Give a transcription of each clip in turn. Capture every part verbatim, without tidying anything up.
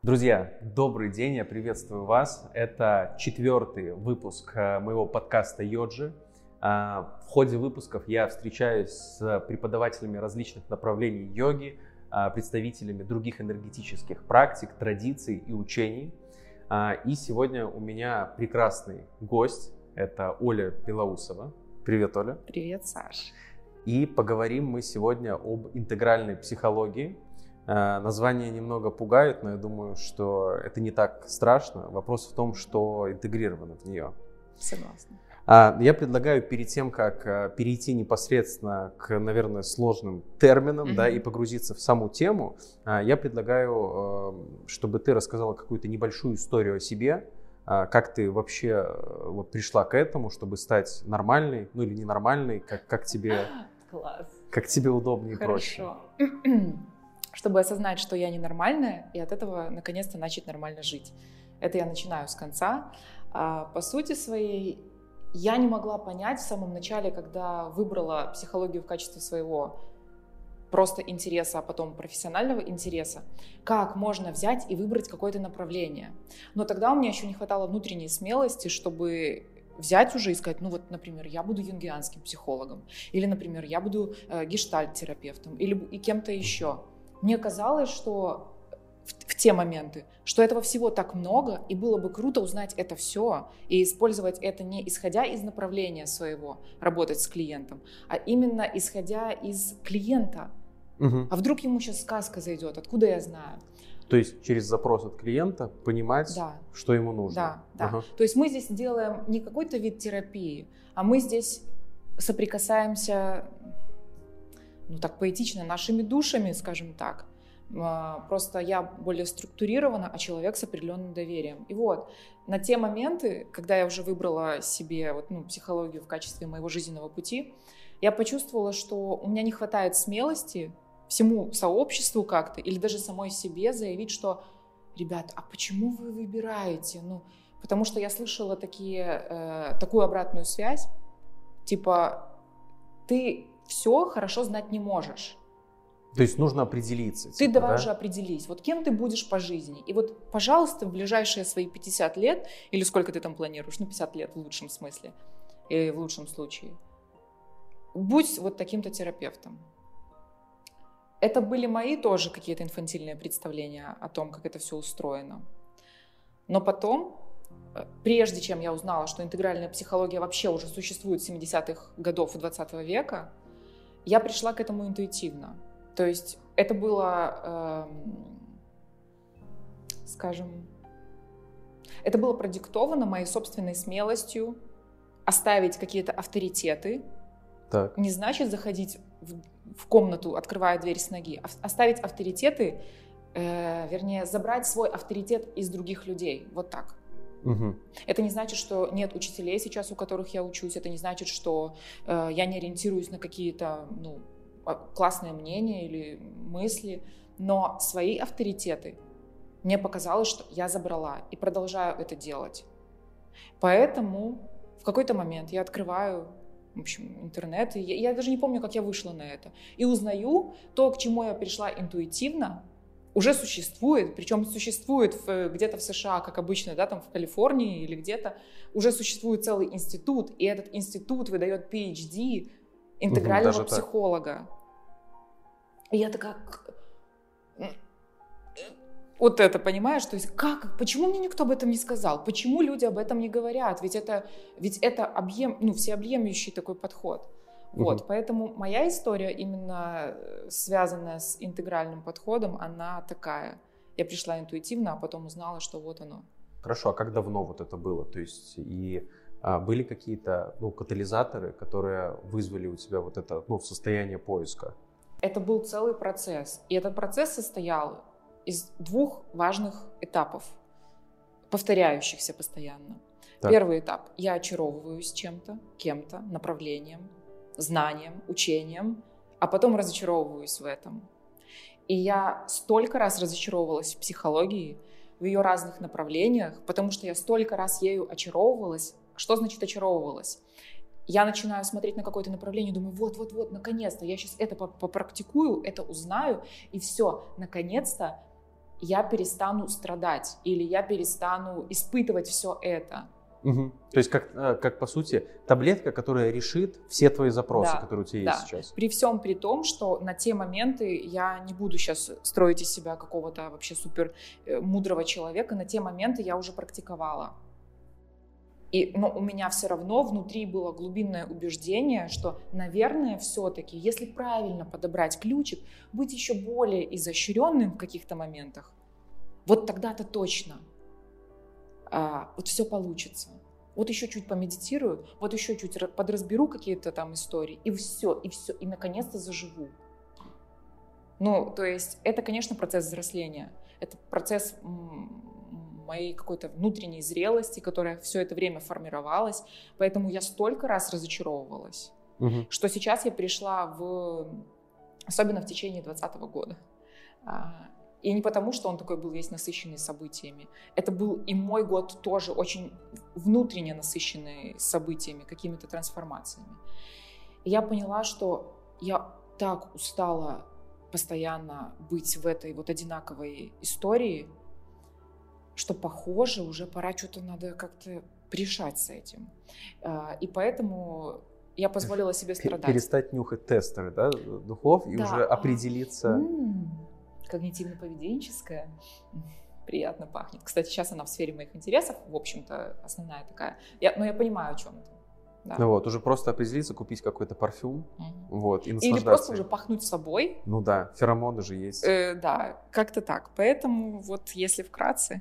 Друзья, добрый день, я приветствую вас. Это четвертый выпуск моего подкаста «Йоджи». В ходе выпусков я встречаюсь с преподавателями различных направлений йоги, представителями других энергетических практик, традиций и учений. И сегодня у меня прекрасный гость, это Оля Белоусова. Привет, Оля. Привет, Саш. И поговорим мы сегодня об интегральной психологии. Название немного пугает, но я думаю, что это не так страшно. Вопрос в том, что интегрировано в нее. Согласна. Я предлагаю перед тем, как перейти непосредственно к, наверное, сложным терминам, mm-hmm. да, и погрузиться в саму тему, я предлагаю, чтобы ты рассказала какую-то небольшую историю о себе, как ты вообще вот пришла к этому, чтобы стать нормальной, ну или ненормальной, как, как, тебе, Класс. как тебе удобнее и Хорошо. проще. Чтобы осознать, что я ненормальная, и от этого наконец-то начать нормально жить. Это я начинаю с конца. А по сути своей, я не могла понять в самом начале, когда выбрала психологию в качестве своего просто интереса, а потом профессионального интереса, как можно взять и выбрать какое-то направление. Но тогда у меня еще не хватало внутренней смелости, чтобы взять уже и сказать, ну вот, например, я буду юнгианским психологом, или, например, я буду э, гештальт-терапевтом, или и кем-то еще. Мне казалось, что в, в те моменты, что этого всего так много, и было бы круто узнать это все и использовать это не исходя из направления своего, работать с клиентом, а именно исходя из клиента. Угу. А вдруг ему сейчас сказка зайдет, откуда я знаю? То есть через запрос от клиента понимать, да. что ему нужно. Да, да. Ага. То есть мы здесь делаем не какой-то вид терапии, а мы здесь соприкасаемся... ну так поэтично, нашими душами, скажем так. Просто я более структурирована, а человек с определенным доверием. И вот, на те моменты, когда я уже выбрала себе вот, ну, психологию в качестве моего жизненного пути, я почувствовала, что у меня не хватает смелости всему сообществу как-то, или даже самой себе заявить, что, ребят, а почему вы выбираете? Ну, потому что я слышала такие, э, такую обратную связь, типа, ты... все хорошо знать не можешь. То есть нужно определиться. Ты типа, давай да? уже определись, вот кем ты будешь по жизни. И вот, пожалуйста, в ближайшие свои пятьдесят лет, или сколько ты там планируешь, ну, пятьдесят лет в лучшем смысле, или в лучшем случае, будь вот таким-то терапевтом. Это были мои тоже какие-то инфантильные представления о том, как это все устроено. Но потом, прежде чем я узнала, что интегральная психология вообще уже существует с семидесятых годов двадцатого века, я пришла к этому интуитивно. То есть это было, эм, скажем, это было продиктовано моей собственной смелостью оставить какие-то авторитеты. Так. Не значит заходить в, в комнату, открывая дверь с ноги, а оставить авторитеты, э, вернее, забрать свой авторитет из других людей. Вот так. Угу. Это не значит, что нет учителей сейчас, у которых я учусь. Это не значит, что э, я не ориентируюсь на какие-то ну, классные мнения или мысли. Но свои авторитеты мне показалось, что я забрала и продолжаю это делать. Поэтому в какой-то момент я открываю в общем, интернет. И я, я даже не помню, как я вышла на это. И узнаю то, к чему я пришла интуитивно, уже существует, причем существует в, где-то в США, как обычно, да, там в Калифорнии или где-то, уже существует целый институт, и этот институт выдает пи эйч ди интегрального угу, психолога. И я такая... Вот это, понимаешь? То есть как, почему мне никто об этом не сказал? Почему люди об этом не говорят? Ведь это, ведь это объем, ну, всеобъемлющий такой подход. Вот, угу. Поэтому моя история, именно связанная с интегральным подходом, она такая. Я пришла интуитивно, а потом узнала, что вот оно. Хорошо, а как давно вот это было? То есть и а, были какие-то ну, катализаторы, которые вызвали у тебя вот это ну, состояние поиска? Это был целый процесс. И этот процесс состоял из двух важных этапов, повторяющихся постоянно. Так. Первый этап. Я очаровываюсь чем-то, кем-то, направлением, знанием, учением, а потом разочаровываюсь в этом. И я столько раз разочаровывалась в психологии, в ее разных направлениях, потому что я столько раз ею очаровывалась. Что значит очаровывалась? Я начинаю смотреть на какое-то направление, думаю, вот-вот-вот, наконец-то, я сейчас это попрактикую, это узнаю, и все, наконец-то я перестану страдать или я перестану испытывать все это. Угу. То есть, как, как по сути, таблетка, которая решит все твои запросы, да, которые у тебя да. есть сейчас. При всем при том, что на те моменты я не буду сейчас строить из себя какого-то вообще супер мудрого человека, на те моменты я уже практиковала. И, но у меня все равно внутри было глубинное убеждение, что, наверное, все-таки, если правильно подобрать ключик, быть еще более изощренным в каких-то моментах, вот тогда-то точно а, вот все получится. Вот еще чуть помедитирую, вот еще чуть подразберу какие-то там истории, и все, и все, и наконец-то заживу. Ну, то есть это, конечно, процесс взросления. Это процесс моей какой-то внутренней зрелости, которая все это время формировалась. Поэтому я столько раз разочаровывалась, угу. что сейчас я пришла в... Особенно в течение двадцатого года. И не потому, что он такой был весь насыщенный событиями. Это был и мой год тоже очень внутренне насыщенный событиями, какими-то трансформациями. И я поняла, что я так устала постоянно быть в этой вот одинаковой истории, что, похоже, уже пора что-то надо как-то решать с этим. И поэтому я позволила себе страдать. Перестать нюхать тестеры, да, духов, и да. уже определиться... М-м, когнитивно-поведенческая. Приятно пахнет. Кстати, сейчас она в сфере моих интересов, в общем-то, основная такая. Я, но я понимаю, о чем это. Да. Ну вот, уже просто определиться, купить какой-то парфюм, mm-hmm. вот, и наслаждаться. Или просто уже пахнуть собой. Ну да, феромоны же есть. Э, да, как-то так. Поэтому вот, если вкратце...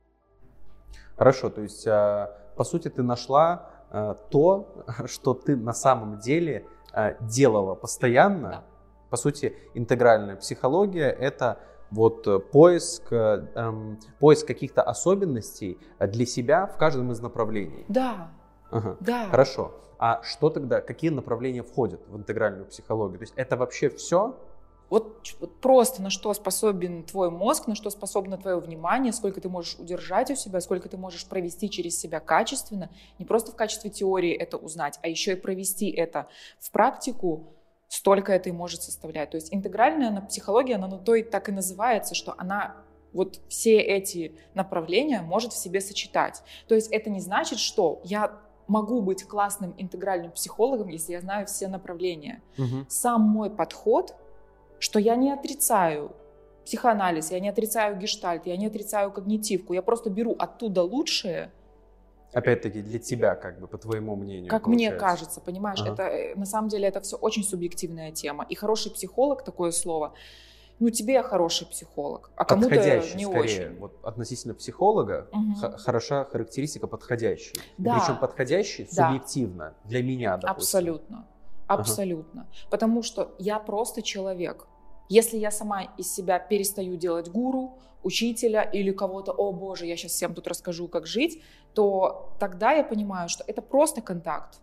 Хорошо, то есть, по сути, ты нашла то, что ты на самом деле делала постоянно. Да. По сути, интегральная психология — это вот поиск, эм, поиск каких-то особенностей для себя в каждом из направлений. Да, ага. да. Хорошо. А что тогда, какие направления входят в интегральную психологию? То есть это вообще все? Вот, вот просто на что способен твой мозг, на что способно твое внимание, сколько ты можешь удержать у себя, сколько ты можешь провести через себя качественно, не просто в качестве теории это узнать, а еще и провести это в практику, столько это и может составлять. То есть интегральная психология, она на то и так и называется, что она вот все эти направления может в себе сочетать. То есть это не значит, что я могу быть классным интегральным психологом, если я знаю все направления. Угу. Сам мой подход, что я не отрицаю психоанализ, я не отрицаю гештальт, я не отрицаю когнитивку, я просто беру оттуда лучшее. Опять-таки для тебя, как бы, по твоему мнению. Как получается. Мне кажется, понимаешь, ага. это на самом деле это все очень субъективная тема. И хороший психолог, такое слово, ну тебе хороший психолог, а кому-то не скорее, очень. Вот относительно психолога угу. х- хороша характеристика подходящий. Да. Причем подходящий да. субъективно для меня, допустим. Абсолютно, абсолютно. Ага. Потому что я просто человек. Если я сама из себя перестаю делать гуру, учителя или кого-то, о боже, я сейчас всем тут расскажу, как жить, то тогда я понимаю, что это просто контакт.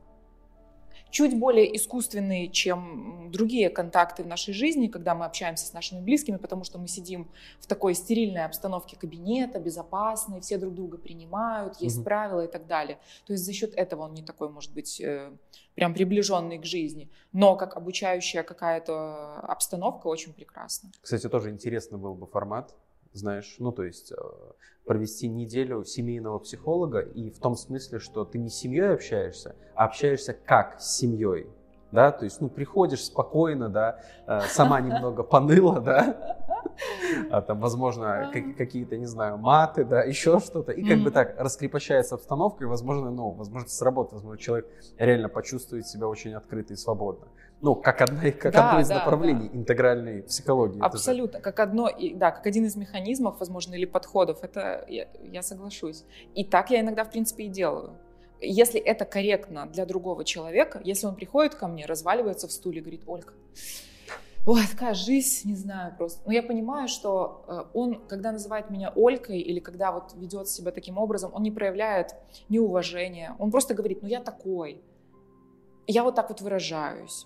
Чуть более искусственный, чем другие контакты в нашей жизни, когда мы общаемся с нашими близкими, потому что мы сидим в такой стерильной обстановке кабинета, безопасной, все друг друга принимают, есть угу. правила и так далее. То есть за счет этого он не такой, может быть, э, прям приближенный к жизни. Но как обучающая какая-то обстановка очень прекрасна. Кстати, тоже интересный был бы формат. Знаешь, ну то есть провести неделю семейного психолога, и в том смысле, что ты не с семьей общаешься, а общаешься как с семьей, да, то есть, ну, приходишь спокойно, да, сама немного поныла, да, а там, возможно, какие-то, не знаю, маты, да, еще что-то, и как бы так раскрепощается обстановка, и, возможно, ну, возможно, сработает, возможно, человек реально почувствует себя очень открыто и свободно. Ну, как, одна, как да, одно из да, направлений да. интегральной психологии. Абсолютно, как одно, да, как один из механизмов, возможно, или подходов, это я, я соглашусь. И так я иногда, в принципе, и делаю. Если это корректно для другого человека, если он приходит ко мне, разваливается в стуле, говорит: Ольга, ой, такая жизнь, не знаю просто. Но я понимаю, что он, когда называет меня Олькой или когда вот ведет себя таким образом, он не проявляет неуважения, он просто говорит: ну я такой, я вот так вот выражаюсь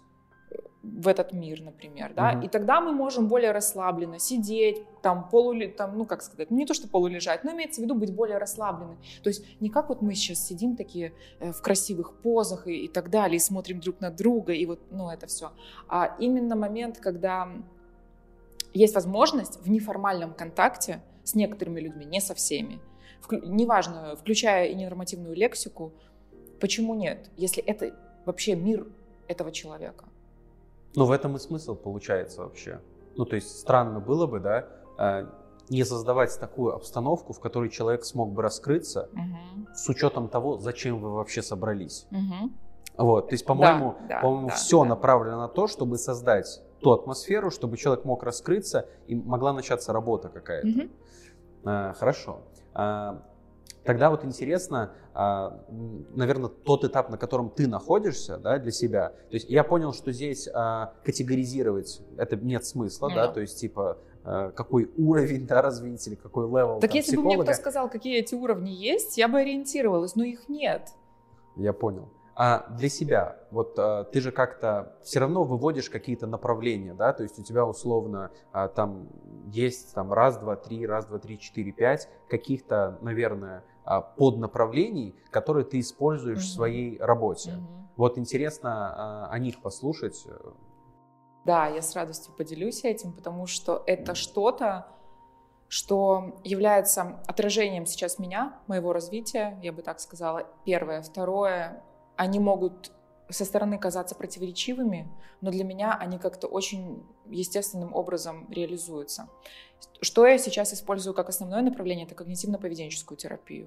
в этот мир, например, да, угу. и тогда мы можем более расслабленно сидеть, там, полу, там, ну, как сказать, ну, не то, что полулежать, но имеется в виду быть более расслабленной. То есть не как вот мы сейчас сидим такие э, в красивых позах и, и так далее, и смотрим друг на друга, и вот, ну, это все. А именно момент, когда есть возможность в неформальном контакте с некоторыми людьми, не со всеми. Вклю... Неважно, включая и ненормативную лексику, почему нет, если это вообще мир этого человека? Ну, в этом и смысл получается вообще. Ну, то есть странно было бы, да, не создавать такую обстановку, в которой человек смог бы раскрыться, угу. с учетом того, зачем вы вообще собрались. Угу. Вот, то есть, по-моему, да, по-моему да, все да. направлено на то, чтобы создать ту атмосферу, чтобы человек мог раскрыться и могла начаться работа какая-то. Угу. А, хорошо. А, тогда вот интересно, а, наверное, тот этап, на котором ты находишься, да, для себя. То есть я понял, что здесь а, категоризировать это нет смысла, ну, да, то есть типа а, какой уровень, да, развития или какой левел. Так там, если психолога. бы мне кто сказал, какие эти уровни есть, я бы ориентировалась, но их нет. Я понял. А для себя, вот а, ты же как-то все равно выводишь какие-то направления, да, то есть у тебя условно а, там есть там раз, два, три, раз, два, три, четыре, пять каких-то, наверное, а, поднаправлений, которые ты используешь mm-hmm. в своей работе. Mm-hmm. Вот интересно а, о них послушать. Да, я с радостью поделюсь этим, потому что это что-то, что является отражением сейчас меня, моего развития, я бы так сказала, первое. Второе, они могут со стороны казаться противоречивыми, но для меня они как-то очень естественным образом реализуются. Что я сейчас использую как основное направление, это когнитивно-поведенческую терапию.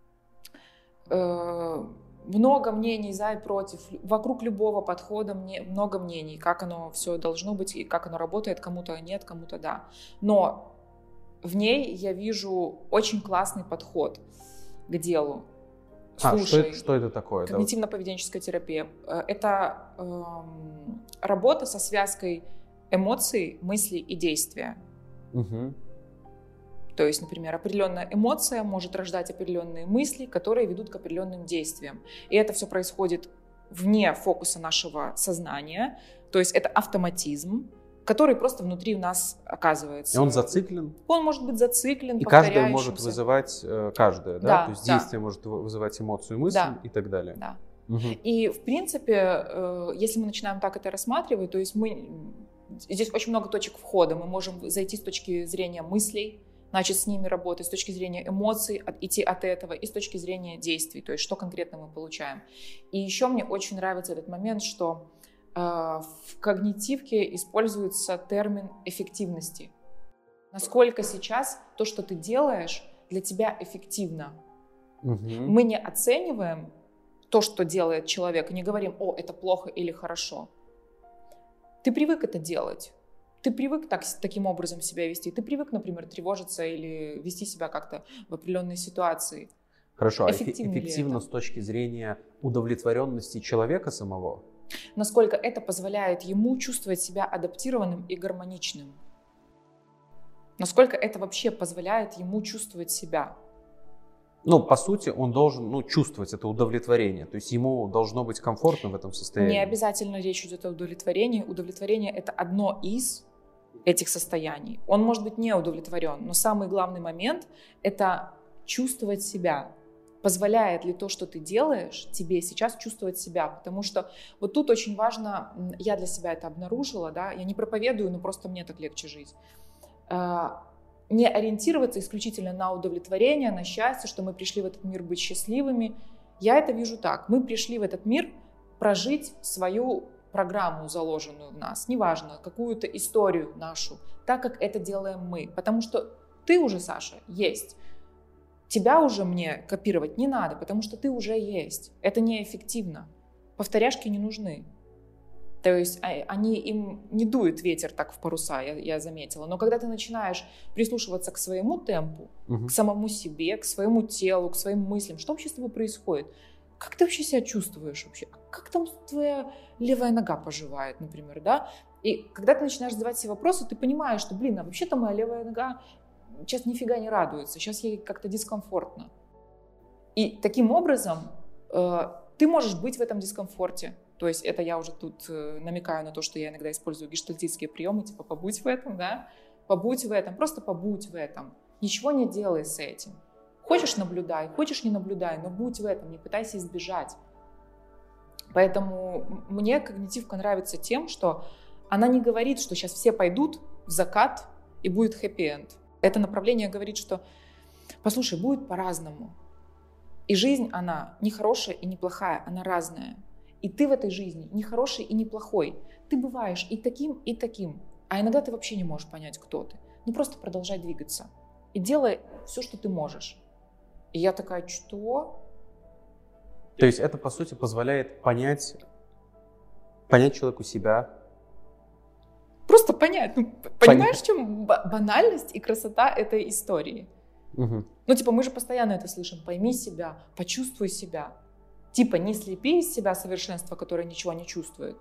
Много мнений за и против. Вокруг любого подхода мне много мнений, как оно все должно быть и как оно работает, кому-то нет, кому-то да. Но в ней я вижу очень классный подход к делу. А, Слушай, что, это, что это такое? Когнитивно-поведенческая терапия. Это эм, работа со связкой эмоций, мыслей и действия. Угу. То есть, например, определенная эмоция может рождать определенные мысли, которые ведут к определенным действиям. И это все происходит вне фокуса нашего сознания. То есть это автоматизм, который просто внутри у нас оказывается. И он зациклен? Он может быть зациклен, и каждое может вызывать, э, каждое, да? Да, То есть да. действие может вызывать эмоцию, мысль да. и так далее. Да. Угу. И, в принципе, э, если мы начинаем так это рассматривать, то есть мы... Здесь очень много точек входа. Мы можем зайти с точки зрения мыслей, начать с ними работать, с точки зрения эмоций, от, идти от этого, и с точки зрения действий, то есть что конкретно мы получаем. И еще мне очень нравится этот момент, что в когнитивке используется термин эффективности. Насколько сейчас то, что ты делаешь, для тебя эффективно. Угу. Мы не оцениваем то, что делает человек, и не говорим, о, это плохо или хорошо. Ты привык это делать. Ты привык так, таким образом себя вести. Ты привык, например, тревожиться или вести себя как-то в определенной ситуации. Хорошо, а эффективно с точки зрения удовлетворенности человека самого? Насколько это позволяет ему чувствовать себя адаптированным и гармоничным. Насколько это вообще позволяет ему чувствовать себя. Ну, по сути, он должен ну, чувствовать это удовлетворение. То есть ему должно быть комфортно в этом состоянии. Не обязательно речь идет о удовлетворении. Удовлетворение – это одно из этих состояний. Он может быть не удовлетворен, но самый главный момент – это чувствовать себя. Позволяет ли то, что ты делаешь, тебе сейчас чувствовать себя? Потому что вот тут очень важно, я для себя это обнаружила, да, я не проповедую, но просто мне так легче жить. Не ориентироваться исключительно на удовлетворение, на счастье, что мы пришли в этот мир быть счастливыми. Я это вижу так. Мы пришли в этот мир прожить свою программу, заложенную в нас, неважно, какую-то историю нашу, так как это делаем мы. Потому что ты уже, Саша, есть. Тебя уже мне копировать не надо, потому что ты уже есть. Это неэффективно. Повторяшки не нужны. То есть они, им не дует ветер так в паруса, я, я заметила. Но когда ты начинаешь прислушиваться к своему темпу, угу. к самому себе, к своему телу, к своим мыслям, что вообще с тобой происходит? Как ты вообще себя чувствуешь вообще? Как там твоя левая нога поживает, например, да? И когда ты начинаешь задавать себе вопросы, ты понимаешь, что, блин, а вообще-то моя левая нога сейчас нифига не радуется, сейчас ей как-то дискомфортно. И таким образом э, ты можешь быть в этом дискомфорте. То есть это я уже тут э, намекаю на то, что я иногда использую гештальтистские приемы, типа побудь в этом, да? Побудь в этом, просто побудь в этом. Ничего не делай с этим. Хочешь — наблюдай, хочешь — не наблюдай, но будь в этом, не пытайся избежать. Поэтому мне когнитивка нравится тем, что она не говорит, что сейчас все пойдут в закат и будет хэппи-энд. Это направление говорит, что, послушай, будет по-разному. И жизнь, она не хорошая и не плохая, она разная. И ты в этой жизни не хороший и не плохой. Ты бываешь и таким, и таким. А иногда ты вообще не можешь понять, кто ты. Ну просто продолжай двигаться. И делай все, что ты можешь. И я такая, что? То есть это, по сути, позволяет понять, понять человеку себя. Просто понять. Ну, понимаешь, в чем банальность и красота этой истории? Угу. Ну, типа, мы же постоянно это слышим. Пойми себя, почувствуй себя. Типа, не слепи из себя совершенство, которое ничего не чувствует.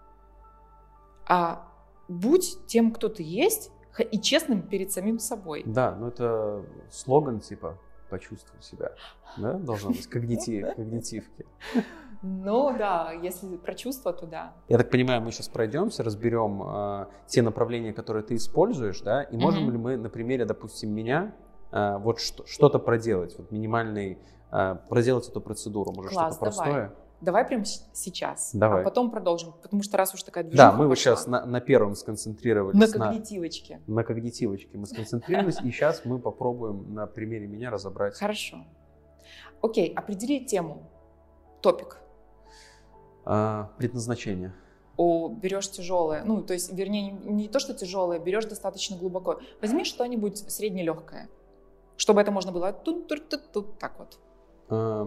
А будь тем, кто ты есть, и честным перед самим собой. Да, ну это слоган типа «почувствуй себя». Да, должно быть когнитив, когнитивки. Ну да, если про чувства, то да. Я так понимаю, мы сейчас пройдемся, разберем э, те направления, которые ты используешь, да, и можем Мгм. ли мы на примере, допустим, меня э, вот что- что-то проделать, вот минимальный, э, проделать эту процедуру, может Класс, что-то простое? давай. Давай прямо с- сейчас, Давай. а потом продолжим, потому что раз уж такая движуха Да, мы вот пошла, сейчас на, на первом сконцентрировались. на на- когнитивочке. На когнитивочке мы сконцентрировались, и сейчас мы попробуем на примере меня разобрать. Хорошо. Окей, определи тему, топик. А, предназначение. О, берешь тяжелое, ну, то есть, вернее, не, не то, что тяжелое, берешь достаточно глубоко. Возьми что-нибудь среднелегкое, чтобы это можно было тут-тут-тут, так вот. А,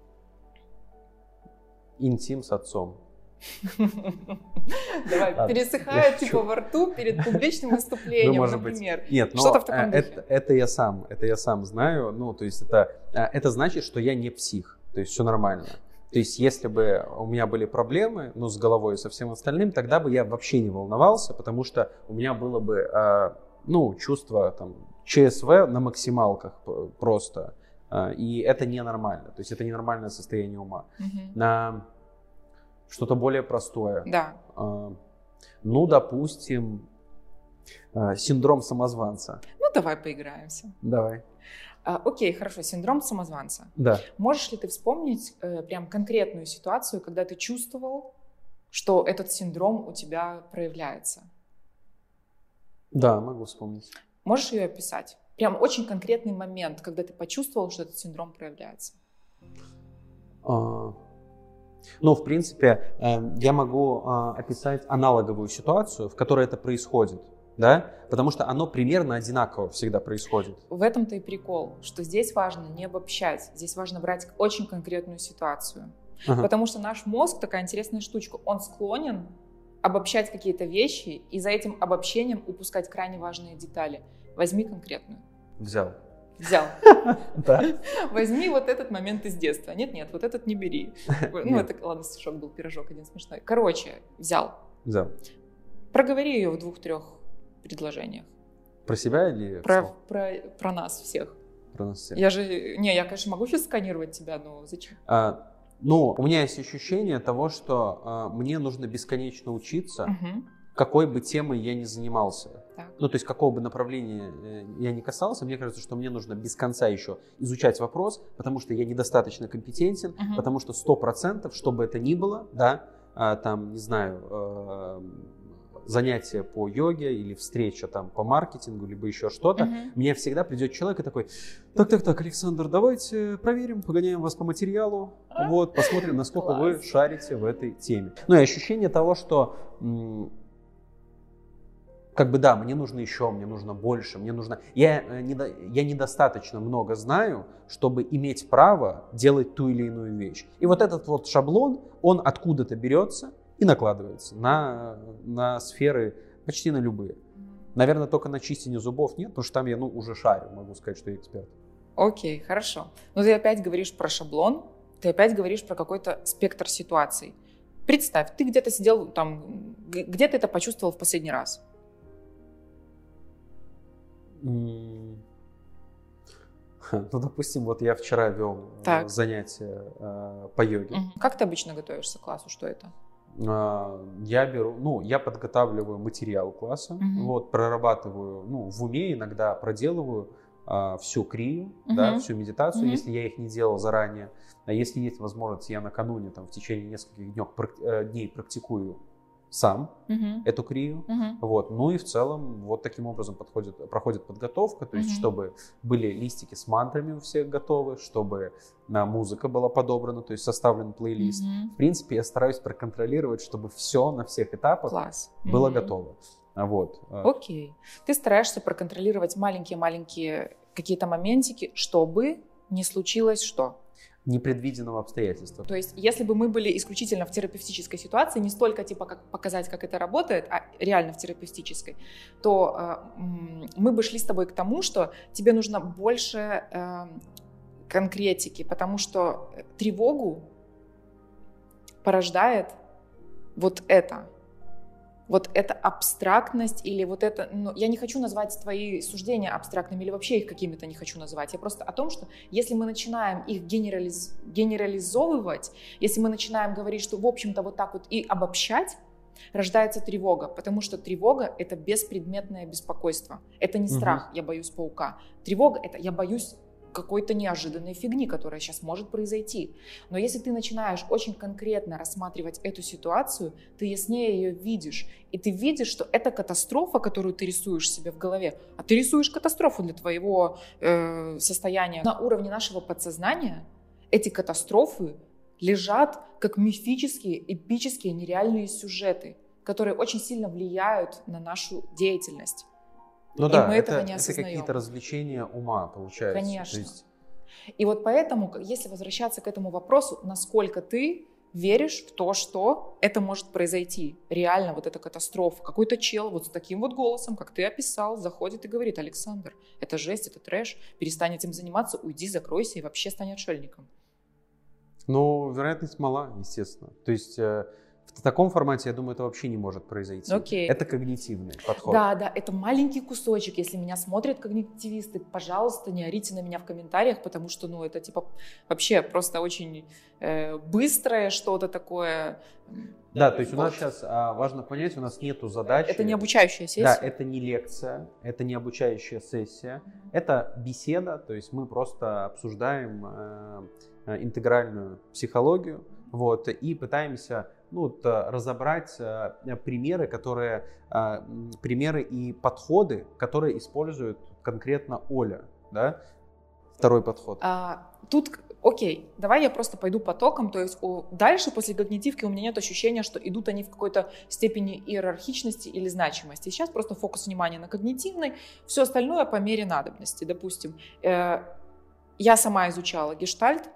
интим с отцом. Давай, Ладно, пересыхает я типа шучу. во рту перед публичным Ну, выступлением, может быть. например. Нет, но Что-то в таком э, духе. это, это я сам, это я сам знаю. Ну, то есть это, э, это значит, что я не псих, то есть все нормально. То есть если бы у меня были проблемы, ну, с головой и со всем остальным, тогда бы я вообще не волновался, потому что у меня было бы, э, ну, чувство там ЧСВ на максималках п- просто, э, и это ненормально. То есть это ненормальное состояние ума. Мгм. На что-то более простое. Да. Э, ну, допустим, э, синдром самозванца. Ну, давай поиграемся. Давай. А, окей, хорошо, синдром самозванца. Да. Можешь ли ты вспомнить э, прям конкретную ситуацию, когда ты чувствовал, что этот синдром у тебя проявляется? Да, могу вспомнить. Можешь ее описать? Прям очень конкретный момент, когда ты почувствовал, что этот синдром проявляется. А, Ну, в принципе, э, я могу а, описать аналоговую ситуацию, в которой это происходит, да, потому что оно примерно одинаково всегда происходит. В этом-то и прикол, что здесь важно не обобщать, здесь важно брать очень конкретную ситуацию. Ага. Потому что наш мозг такая интересная штучка, он склонен обобщать какие-то вещи и за этим обобщением упускать крайне важные детали. Возьми конкретную. Взял. Взял. Да. Возьми вот этот момент из детства. Нет-нет, вот этот не бери. Ну, Нет. это, ладно, стишок был, пирожок один смешной. Короче, взял. Взял. Проговори ее в двух-трех предложениях. Про себя или Про, вслух? про, про нас всех. Про нас всех? Я же... Не, я, конечно, могу сейчас сканировать тебя, но зачем? А, ну, у меня есть ощущение того, что а, мне нужно бесконечно учиться, Мгм. какой бы темой я ни занимался. Так. Ну, то есть, какого бы направления э, я ни касался, мне кажется, что мне нужно без конца еще изучать вопрос, потому что я недостаточно компетентен, Мгм. потому что сто процентов, что бы это ни было, да, а, там, не знаю, э, занятие по йоге или встреча там по маркетингу, либо еще что-то, Мгм. мне всегда придет человек и такой: так-так-так, Александр, давайте проверим, погоняем вас по материалу, вот, посмотрим, насколько вы Класс. шарите в этой теме. Ну и ощущение того, что м, как бы да, мне нужно еще, мне нужно больше, мне нужно... Я, э, недо- я недостаточно много знаю, чтобы иметь право делать ту или иную вещь. И вот этот вот шаблон, он откуда-то берется и накладывается на, на сферы почти на любые. Наверное, только на чистение зубов нет, потому что там я ну, уже шарю, могу сказать, что я эксперт. Окей, хорошо. Но ты опять говоришь про шаблон, ты опять говоришь про какой-то спектр ситуаций. Представь, ты где-то сидел там, г- где ты это почувствовал в последний раз? М, Ну, допустим, вот я вчера вел э, Так. занятия э, по йоге. Мгм. Как ты обычно готовишься к классу? Что это? А, Я беру, ну, я подготавливаю материал класса, Мгм. вот, прорабатываю, ну, в уме иногда проделываю а, всю крию, да, Мгм. всю медитацию, Мгм. если я их не делал заранее. А если есть возможность, я накануне, там, в течение нескольких дней, дней практикую сам Угу. эту крию. Угу. Вот. Ну и в целом вот таким образом подходит, проходит подготовка, то есть Мгм. чтобы были листики с мантрами у всех готовы, чтобы на музыка была подобрана, то есть составлен плейлист. Мгм. В принципе, я стараюсь проконтролировать, чтобы все на всех этапах Класс. было Мгм. готово. А Вот. Окей. Ты стараешься проконтролировать маленькие-маленькие какие-то моментики, чтобы не случилось что? Непредвиденного обстоятельства. То есть, если бы мы были исключительно в терапевтической ситуации, не столько типа как показать, как это работает, а реально в терапевтической, то э, м, мы бы шли с тобой к тому, что тебе нужно больше э, конкретики, потому что тревогу порождает вот это. Вот эта абстрактность или вот это... Ну, я не хочу назвать твои суждения абстрактными или вообще их какими-то не хочу называть. Я просто о том, что если мы начинаем их генерализ... генерализовывать, если мы начинаем говорить, что в общем-то вот так вот и обобщать, рождается тревога, потому что тревога — это беспредметное беспокойство. Это не страх, я боюсь паука. Тревога — это я боюсь какой-то неожиданной фигни, которая сейчас может произойти. Но если ты начинаешь очень конкретно рассматривать эту ситуацию, ты яснее ее видишь. И ты видишь, что это катастрофа, которую ты рисуешь себе в голове, а ты рисуешь катастрофу для твоего э, состояния. На уровне нашего подсознания эти катастрофы лежат как мифические, эпические, нереальные сюжеты, которые очень сильно влияют на нашу деятельность. Ну И да, мы это, этого не это осознаем. какие-то развлечения ума, получается. Конечно. То есть, И вот поэтому, если возвращаться к этому вопросу, насколько ты веришь в то, что это может произойти, реально вот эта катастрофа. Какой-то чел вот с таким вот голосом, как ты описал, заходит и говорит: Александр, это жесть, это трэш, перестань этим заниматься, уйди, закройся и вообще стань отшельником. ну, вероятность мала, естественно. То есть э, в таком формате, я думаю, это вообще не может произойти. Окей. Это когнитивный подход. Да, да, это маленький кусочек. Если меня смотрят когнитивисты, пожалуйста, не орите на меня в комментариях, потому что, ну, это типа вообще просто очень э, быстрое что-то такое. Да, то есть Вот. у нас сейчас а, важно понять, у нас нету задачи. Это не обучающая сессия. Да, это не лекция, это не обучающая сессия, это беседа, то есть мы просто обсуждаем э, э, интегральную психологию, вот, и пытаемся ну, вот, разобрать э, примеры, которые, э, м, примеры и подходы, которые использует конкретно Оля, да? Второй подход. А, тут, окей, давай я просто пойду потоком, то есть о, дальше после когнитивки у меня нет ощущения, что идут они в какой-то степени иерархичности или значимости. Сейчас просто фокус внимания на когнитивной, все остальное по мере надобности. Допустим, э, я сама изучала гештальт,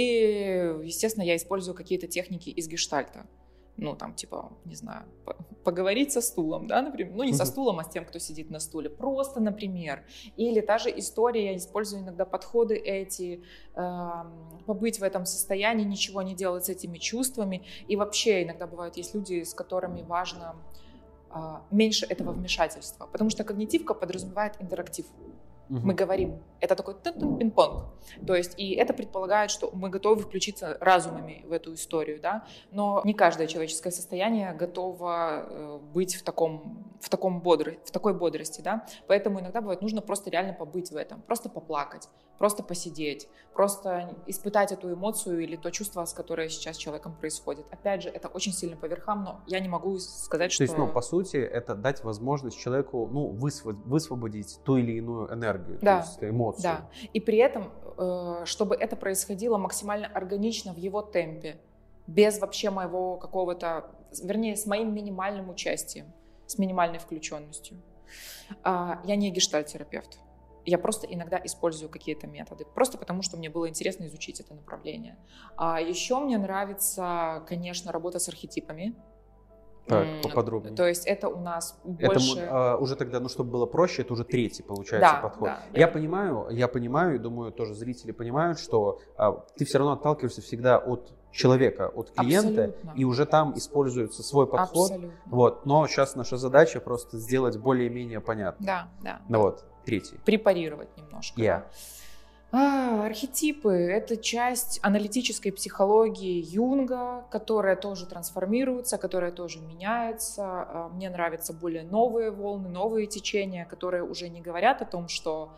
и, естественно, я использую какие-то техники из гештальта. Ну, там, типа, не знаю, поговорить со стулом, да, например. Ну, не со стулом, а с тем, кто сидит на стуле. Просто, например. Или та же история, я использую иногда подходы эти, э, побыть в этом состоянии, ничего не делать с этими чувствами. И вообще, иногда бывают, есть люди, с которыми важно э, меньше этого вмешательства. Потому что когнитивка подразумевает интерактив. Угу. Мы говорим, это такой пинг-понг. То есть, и это предполагает, что мы готовы включиться разумами в эту историю, да, но не каждое человеческое состояние готово быть в таком, в таком бодр, в такой бодрости, да, поэтому иногда бывает нужно просто реально побыть в этом, просто поплакать, просто посидеть, просто испытать эту эмоцию или то чувство, с которое сейчас с человеком происходит. Опять же, это очень сильно по верхам, но я не могу сказать, что... То есть, ну, по сути, это дать возможность человеку, ну, высвободить ту или иную энергию. Да, то есть эмоции. Да. И при этом, чтобы это происходило максимально органично в его темпе, без вообще моего какого-то, вернее, с моим минимальным участием, с минимальной включенностью. Я не гештальт-терапевт. Я просто иногда использую какие-то методы, просто потому что мне было интересно изучить это направление. А еще мне нравится, конечно, работа с архетипами. Так, поподробнее. То есть это у нас больше... Это а, уже тогда, ну, чтобы было проще, это уже третий, получается, да, подход. Да, я да. понимаю, я понимаю, и думаю, тоже зрители понимают, что а, ты все равно отталкиваешься всегда от человека, от клиента, Абсолютно. И уже там используется свой подход. Абсолютно. Вот. Но сейчас наша задача просто сделать более-менее понятно. Да, да. Ну вот, третий. Препарировать немножко. Я. Yeah. А, архетипы — это часть аналитической психологии Юнга, которая тоже трансформируется, которая тоже меняется. Мне нравятся более новые волны, новые течения, которые уже не говорят о том, что...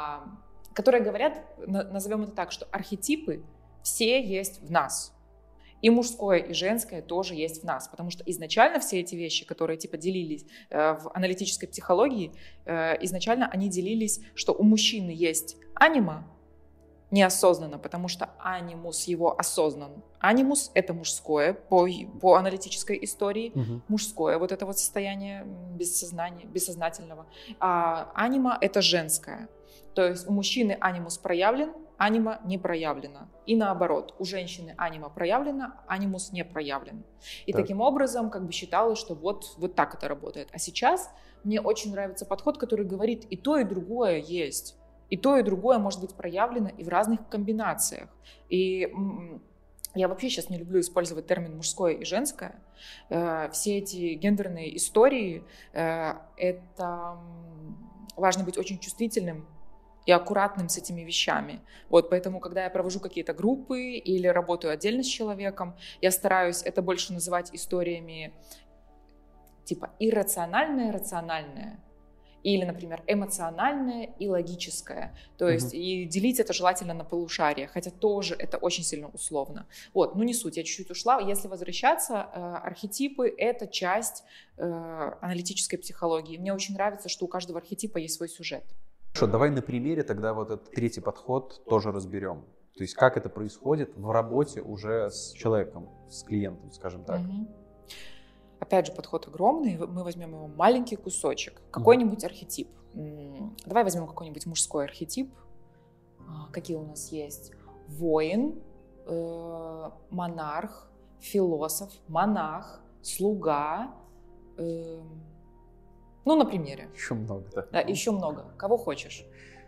Которые говорят, назовем это так, что архетипы все есть в нас. И мужское, и женское тоже есть в нас, потому что изначально все эти вещи, которые типа делились э, в аналитической психологии, э, изначально они делились, что у мужчины есть анима неосознанно, потому что анимус его осознан. Анимус — это мужское по, по аналитической истории, угу. мужское вот это вот состояние бессознания, бессознательного, а анима — это женское. То есть у мужчины анимус проявлен, анима не проявлена. И наоборот, у женщины анима проявлена, анимус не проявлен. И так. таким образом как бы считалось, что вот, вот так это работает. А сейчас мне очень нравится подход, который говорит, и то, и другое есть. И то, и другое может быть проявлено и в разных комбинациях. И я вообще сейчас не люблю использовать термин мужское и женское. Все эти гендерные истории, это важно быть очень чувствительным и аккуратным с этими вещами. Вот, поэтому, когда я провожу какие-то группы или работаю отдельно с человеком, я стараюсь это больше называть историями типа иррациональное, рациональное. Или, например, эмоциональное и логическое. То есть, угу. и делить это желательно на полушария, хотя тоже это очень сильно условно. Вот, ну не суть, я чуть-чуть ушла. Если возвращаться, э, архетипы — это часть э, аналитической психологии. Мне очень нравится, что у каждого архетипа есть свой сюжет. Хорошо, давай на примере тогда вот этот третий подход тоже разберем. То есть, как это происходит в работе уже с человеком, с клиентом, скажем так. Угу. Опять же, подход огромный, мы возьмем его маленький кусочек, какой-нибудь архетип. Давай возьмем какой-нибудь мужской архетип. Какие у нас есть? Воин, э, монарх, философ, монах, слуга. Э, ну, на примере. Еще много, да? Да, еще много. Кого хочешь?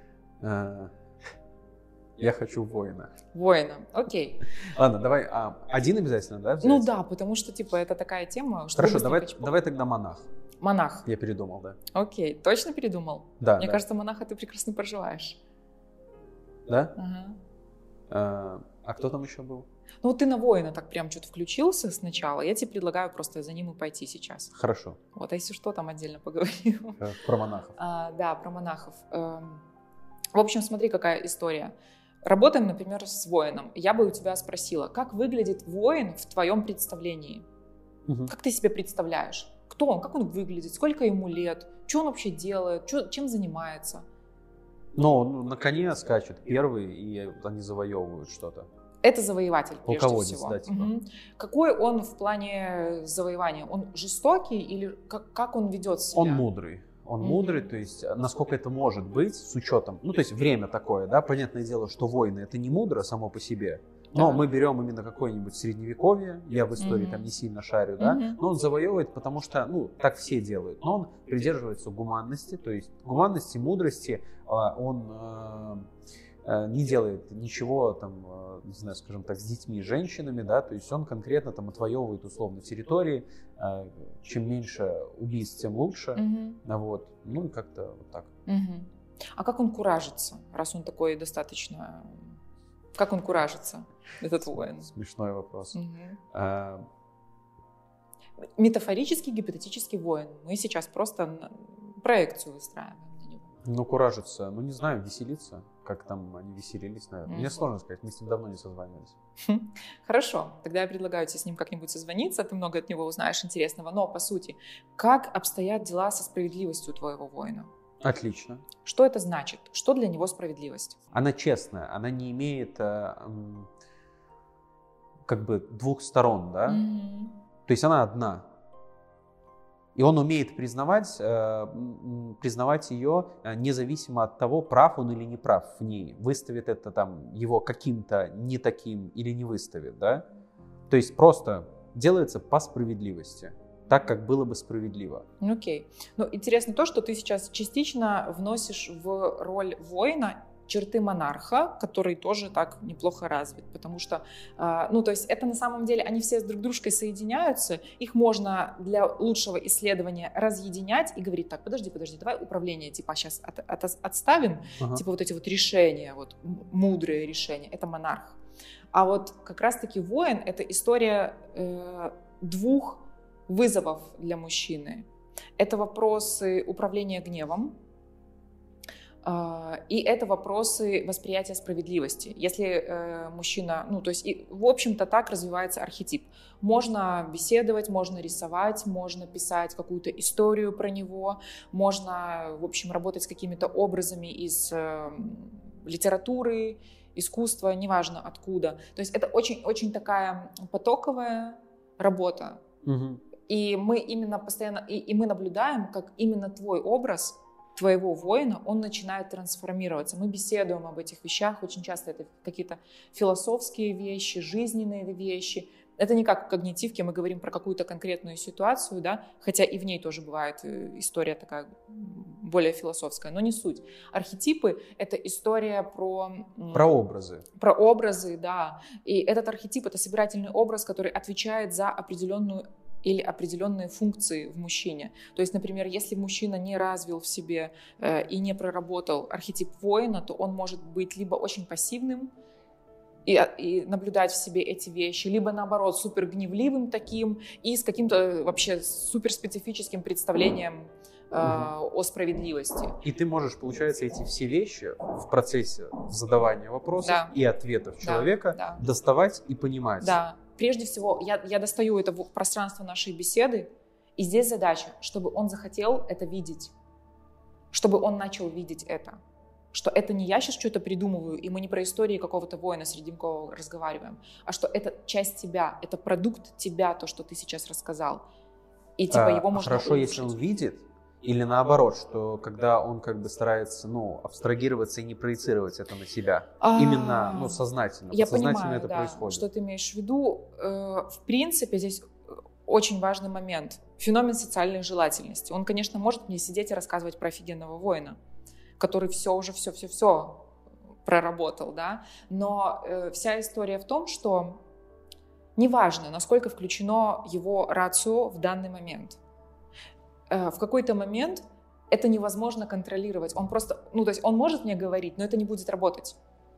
Я хочу воина. Воина, окей. Ладно, давай а, один обязательно, да, взять? Ну да, потому что, типа, это такая тема, что... Хорошо, давай, давай тогда монах. Монах. Я передумал, да. Окей, точно передумал? Да. Мне да. кажется, монаха ты прекрасно проживаешь. Да? Ага. А, а кто там еще был? Ну вот ты на воина так прям что-то включился сначала, я тебе предлагаю просто за ним и пойти сейчас. Хорошо. Вот, а если что, там отдельно поговорим. Про монахов. А, да, про монахов. В общем, смотри, какая история. Работаем, например, с воином. Я бы у тебя спросила, как выглядит воин в твоем представлении? Угу. Как ты себе представляешь? Кто он? Как он выглядит? Сколько ему лет? Что он вообще делает? Что, чем занимается? Ну, на коне скачут первые, и они завоевывают что-то. Это завоеватель, прежде Полководец, всего. Да, типа. Угу. Какой он в плане завоевания? Он жестокий или как, как он ведет себя? Он мудрый. Он mm-hmm. мудрый, то есть насколько это может быть с учетом, ну то есть время такое, да, понятное дело, что войны это не мудро само по себе, но да. мы берем именно какое-нибудь средневековье, я в истории mm-hmm. там не сильно шарю, да, mm-hmm. но он завоевывает, потому что, ну, так все делают, но он придерживается гуманности, то есть гуманности, мудрости, он не делает ничего там, не знаю, скажем так, с детьми и женщинами, да, то есть он конкретно там отвоевывает условно территории, чем меньше убийств, тем лучше, mm-hmm. вот, ну и как-то вот так. Mm-hmm. А как он куражится, раз он такой достаточно, как он куражится, этот воин? Смешной вопрос. Mm-hmm. А... Метафорический, гипотетический воин, мы сейчас просто проекцию выстраиваем на него. Ну, куражится, ну не знаю, веселиться. Как там они веселились, наверное. Mm-hmm. Мне сложно сказать, мы с ним давно не созванивались. Хорошо, тогда я предлагаю тебе с ним как-нибудь созвониться, ты много от него узнаешь интересного. Но, по сути, как обстоят дела со справедливостью твоего воина? Отлично. Что это значит? Что для него справедливость? Она честная, она не имеет э, как бы двух сторон, да? Mm-hmm. То есть она одна. И он умеет признавать, э, признавать ее независимо от того, прав он или не прав в ней. Выставит это там его каким-то не таким или не выставит, да? То есть просто делается по справедливости, так, как было бы справедливо. Окей. Ну, интересно то, что ты сейчас частично вносишь в роль воина черты монарха, который тоже так неплохо развит, потому что, ну, то есть это на самом деле, они все с друг дружкой соединяются, их можно для лучшего исследования разъединять и говорить, так, подожди, подожди, давай управление, типа, сейчас от, от, отставим, ага. типа, вот эти вот решения, вот, мудрые решения, это монарх. А вот как раз-таки воин — это история э, двух вызовов для мужчины. Это вопросы управления гневом, И это вопросы восприятия справедливости. Если э, мужчина, ну то есть, и, в общем-то, так развивается архетип. Можно беседовать, можно рисовать, можно писать какую-то историю про него, можно, в общем, работать с какими-то образами из э, литературы, искусства, неважно откуда. То есть это очень-очень такая потоковая работа. Угу. И мы именно постоянно, и, и мы наблюдаем, как именно твой образ твоего воина, он начинает трансформироваться. Мы беседуем об этих вещах, очень часто это какие-то философские вещи, жизненные вещи. Это не как в когнитивке, мы говорим про какую-то конкретную ситуацию, да, хотя и в ней тоже бывает история такая более философская, но не суть. Архетипы — это история про... Про образы. Про образы, да. И этот архетип — это собирательный образ, который отвечает за определенную или определенные функции в мужчине. То есть, например, если мужчина не развил в себе э, и не проработал архетип воина, то он может быть либо очень пассивным и, и наблюдать в себе эти вещи, либо наоборот супергневливым таким и с каким-то вообще суперспецифическим представлением э, угу. о справедливости. И ты можешь, получается, эти все вещи в процессе задавания вопросов да. и ответов человека да, да. доставать и понимать. Да. Прежде всего, я, я достаю это в пространство нашей беседы, и здесь задача, чтобы он захотел это видеть, чтобы он начал видеть это, что это не я сейчас что-то придумываю, и мы не про истории какого-то воина Срединкового разговариваем, а что это часть тебя, это продукт тебя, то, что ты сейчас рассказал, и типа а, его можно Хорошо, улучшить. если он видит, или наоборот, что когда он как бы старается, ну, абстрагироваться и не проецировать это на себя, а, именно, ну, сознательно, я подсознательно понимаю, это да, происходит. Что ты имеешь в виду? В принципе, здесь очень важный момент. Феномен социальной желательности. Он, конечно, может мне сидеть и рассказывать про офигенного воина, который все уже все-все-все проработал, да, но вся история в том, что неважно, насколько включено его рацио в данный момент. В какой-то момент это невозможно контролировать. Он просто, ну, то есть он может мне говорить, но это не будет работать.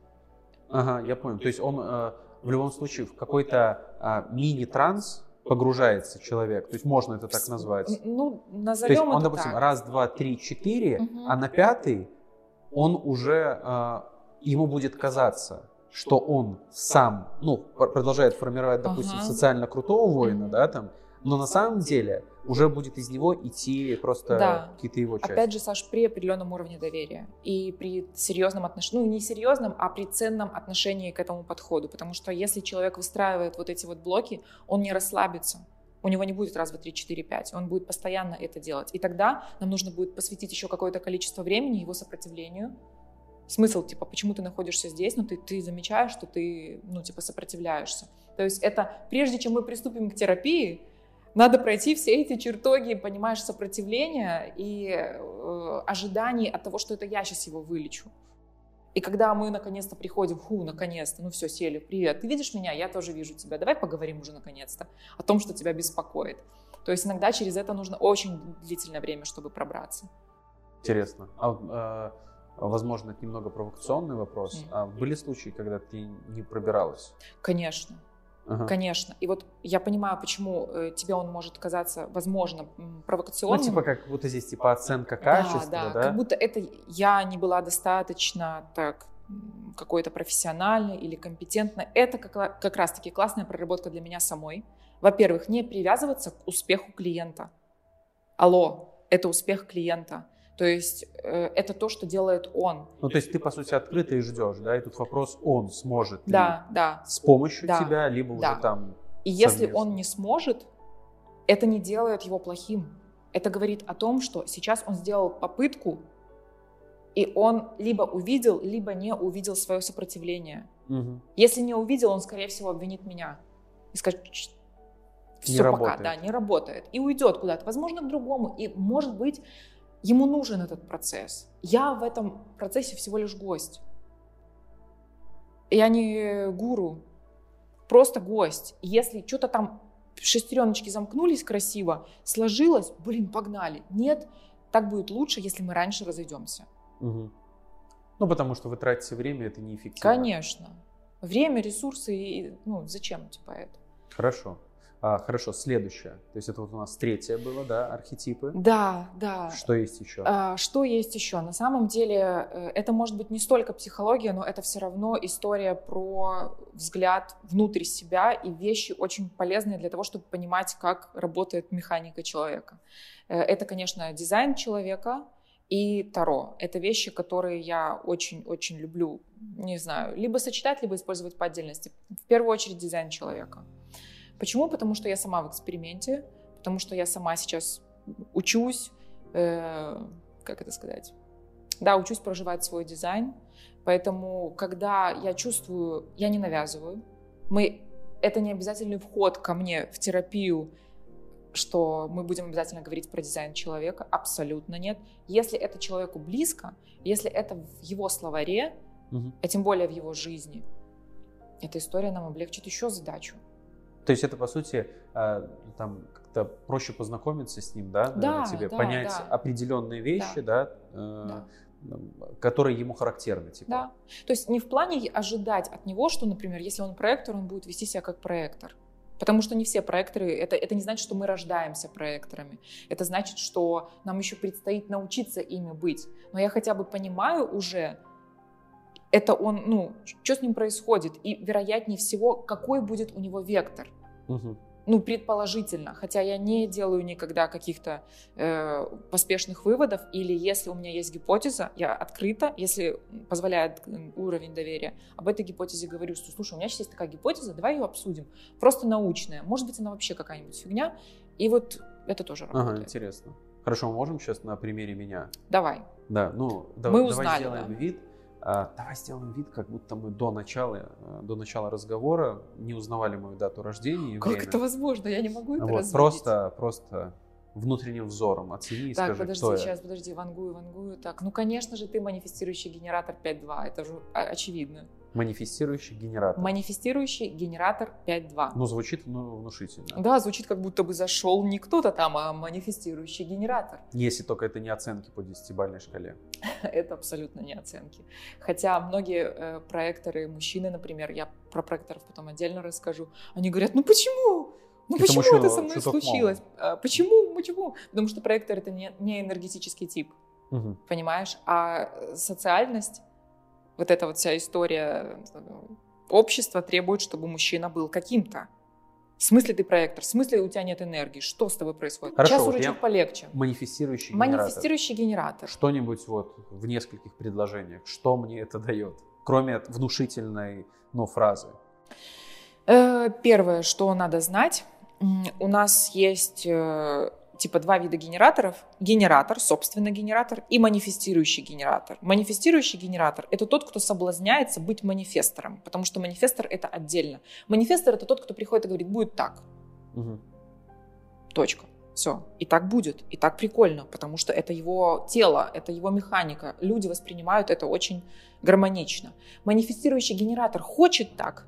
Ага, я понял. То есть он э, в любом случае в какой-то э, мини-транс погружается человек. То есть можно это так назвать. Ну, назовем То есть он, это допустим, так. раз, два, три, четыре, угу. а на пятый он уже, э, ему будет казаться, что он сам, ну, продолжает формировать, допустим, ага. социально крутого воина, угу. да, там, но на самом деле уже будет из него идти просто да. какие-то его части. Опять же, Саш, при определенном уровне доверия и при серьезном отношении, ну не серьезном, а при ценном отношении к этому подходу, потому что если человек выстраивает вот эти вот блоки, он не расслабится, у него не будет раз, два, три, четыре, пять, он будет постоянно это делать, и тогда нам нужно будет посвятить еще какое-то количество времени его сопротивлению. Смысл, типа, почему ты находишься здесь, но ты, ты замечаешь, что ты, ну, типа, сопротивляешься. То есть это, прежде чем мы приступим к терапии, надо пройти все эти чертоги, понимаешь, сопротивления и э, ожиданий от того, что это я сейчас его вылечу. И когда мы наконец-то приходим, ху, наконец-то, ну все, сели, привет, ты видишь меня, я тоже вижу тебя, давай поговорим уже наконец-то о том, что тебя беспокоит. То есть иногда через это нужно очень длительное время, чтобы пробраться. Интересно. А вот, э, возможно, это немного провокационный вопрос. Mm. А были случаи, когда ты не пробиралась? Конечно. Ага. Конечно. И вот я понимаю, почему э, тебе он может казаться, возможно, провокационным. Ну, типа, как будто здесь типа оценка качества, да? Да, да? Как будто это я не была достаточно так какой-то профессиональной или компетентной. Это как, как раз-таки классная проработка для меня самой. Во-первых, не привязываться к успеху клиента. Алло, это успех клиента. То есть э, это то, что делает он. Ну, то есть ты, по сути, открыто и ждешь, да? И тут вопрос, он сможет да, ли да. с помощью да, тебя, либо да. уже там И совместно. если он не сможет, это не делает его плохим. Это говорит о том, что сейчас он сделал попытку, и он либо увидел, либо не увидел свое сопротивление. Угу. Если не увидел, он, скорее всего, обвинит меня. И скажет, все пока, да, не работает. И уйдет куда-то, возможно, к другому. И, может быть, ему нужен этот процесс. Я в этом процессе всего лишь гость. Я не гуру, просто гость. Если что-то там шестереночки замкнулись красиво, сложилось, блин, погнали. Нет, так будет лучше, если мы раньше разойдемся. Угу. Ну, потому что вы тратите время, это неэффективно. Конечно. Время, ресурсы, и, ну, зачем, типа, это? Хорошо. А, хорошо, следующее. То есть это вот у нас третье было, да, архетипы. Да, да. Что есть еще? А, что есть еще? На самом деле это может быть не столько психология, но это все равно история про взгляд внутрь себя и вещи очень полезные для того, чтобы понимать, как работает механика человека. Это, конечно, дизайн человека и Таро. Это вещи, которые я очень-очень люблю, не знаю, либо сочетать, либо использовать по отдельности. В первую очередь дизайн человека. Почему? Потому что я сама в эксперименте, потому что я сама сейчас учусь, э, как это сказать, да, учусь проживать свой дизайн, поэтому, когда я чувствую, я не навязываю, мы, это не обязательный вход ко мне в терапию, что мы будем обязательно говорить про дизайн человека, абсолютно нет. Если это человеку близко, если это в его словаре, угу. а тем более в его жизни, эта история нам облегчит еще задачу. То есть это, по сути, там как-то проще познакомиться с ним, да, да тебе, да, понять да. определенные вещи, да, да, да. которые ему характерны. Типа. Да, то есть не в плане ожидать от него, что, например, если он проектор, он будет вести себя как проектор. Потому что не все проекторы, это, это не значит, что мы рождаемся проекторами. Это значит, что нам еще предстоит научиться ими быть. Но я хотя бы понимаю уже, это он, ну, что с ним происходит, и вероятнее всего, какой будет у него вектор. Угу. Ну, предположительно, хотя я не делаю никогда каких-то э, поспешных выводов, или если у меня есть гипотеза, я открыта, если позволяет уровень доверия, об этой гипотезе говорю, что, слушай, у меня сейчас есть такая гипотеза, давай ее обсудим, просто научная, может быть, она вообще какая-нибудь фигня, и вот это тоже работает. Ага, интересно. Хорошо, мы можем сейчас на примере меня? Давай. Да, ну, мы давай, узнали, давай сделаем да. вид. Давай сделаем вид, как будто мы до начала, до начала разговора не узнавали мою дату рождения и как время. это возможно? Я не могу это вот, развидеть. Просто, просто внутренним взором оцени и так, скажи, подожди, кто сейчас, я. подожди, вангую, вангую. Так, ну, конечно же, ты манифестирующий генератор пять два, это же очевидно. Манифестирующий генератор. Манифестирующий генератор пять два. Ну, звучит ну, внушительно. Да, звучит, как будто бы зашел не кто-то там, а манифестирующий генератор. Если только это не оценки по десятибалльной шкале. Это абсолютно не оценки. Хотя многие э, проекторы, мужчины, например, я про проекторов потом отдельно расскажу, они говорят, ну почему? Ну это почему это со мной случилось? А, почему? Почему? Потому что проектор — это не, не энергетический тип, угу. понимаешь? А социальность, вот эта вот вся история общества требует, чтобы мужчина был каким-то. В смысле ты проектор? В смысле у тебя нет энергии? Что с тобой происходит? Хорошо, сейчас вот уже чуть полегче. Манифестирующий генератор. Манифестирующий генератор. Что-нибудь вот в нескольких предложениях. Что мне это дает? Кроме внушительной, ну, фразы. Первое, что надо знать. У нас есть типа два вида генераторов. Генератор, собственно генератор, и манифестирующий генератор. Манифестирующий генератор — это тот, кто соблазняется быть манифестором, потому что манифестор — это отдельно. Манифестор — это тот, кто приходит и говорит, будет так. Угу. Точка. Все. И так будет. И так прикольно, потому что это его тело, это его механика. Люди воспринимают это очень гармонично. Манифестирующий генератор хочет так,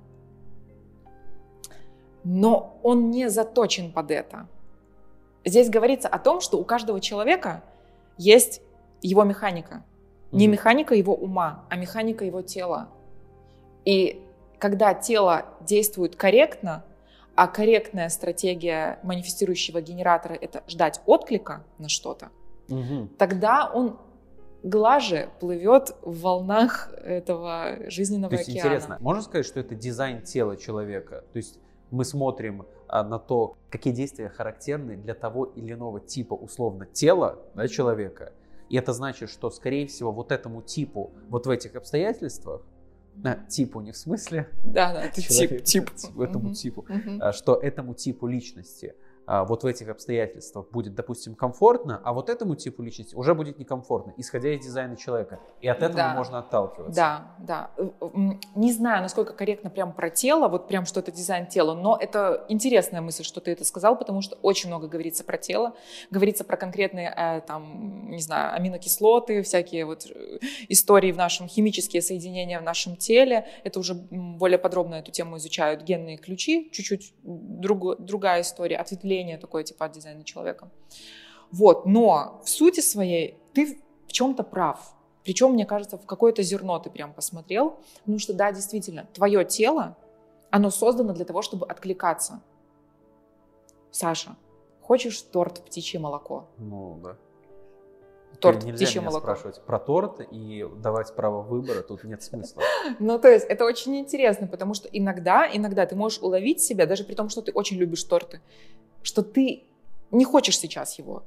но он не заточен под это. Здесь говорится о том, что у каждого человека есть его механика. Mm-hmm. Не механика его ума, а механика его тела. И когда тело действует корректно, а корректная стратегия манифестирующего генератора — это ждать отклика на что-то, mm-hmm. тогда он глаже плывет в волнах этого жизненного океана. То есть, океана. интересно, можно сказать, что это дизайн тела человека? То есть мы смотрим а, на то, какие действия характерны для того или иного типа, условно, тела, да, человека. И это значит, что, скорее всего, вот этому типу, вот в этих обстоятельствах, а, типу не в смысле, да, да, это человек, тип, тип. этому uh-huh. типу, uh-huh. а, что этому типу личности а, вот в этих обстоятельствах будет, допустим, комфортно, а вот этому типу личности уже будет некомфортно, исходя из дизайна человека. И от этого да. можно отталкиваться. Да, да. Не знаю, насколько корректно прям про тело, вот прям что это дизайн тела, но это интересная мысль, что ты это сказал, потому что очень много говорится про тело, говорится про конкретные, э, там, не знаю, аминокислоты, всякие вот истории в нашем, химические соединения в нашем теле. Это уже более подробно эту тему изучают генные ключи, чуть-чуть друг, другая история, ответвление такое типа от дизайна человека. Вот, но в сути своей ты в чем-то прав. Причем, мне кажется, в какое-то зерно ты прям посмотрел. Потому что, да, действительно, твое тело, оно создано для того, чтобы откликаться. Саша, хочешь торт птичье молоко? Ну, да. Торт Нельзя птичье меня молоко. спрашивать про торт и давать право выбора, тут нет смысла. Ну, то есть это очень интересно, потому что иногда, иногда ты можешь уловить себя, даже при том, что ты очень любишь торты, что ты не хочешь сейчас его.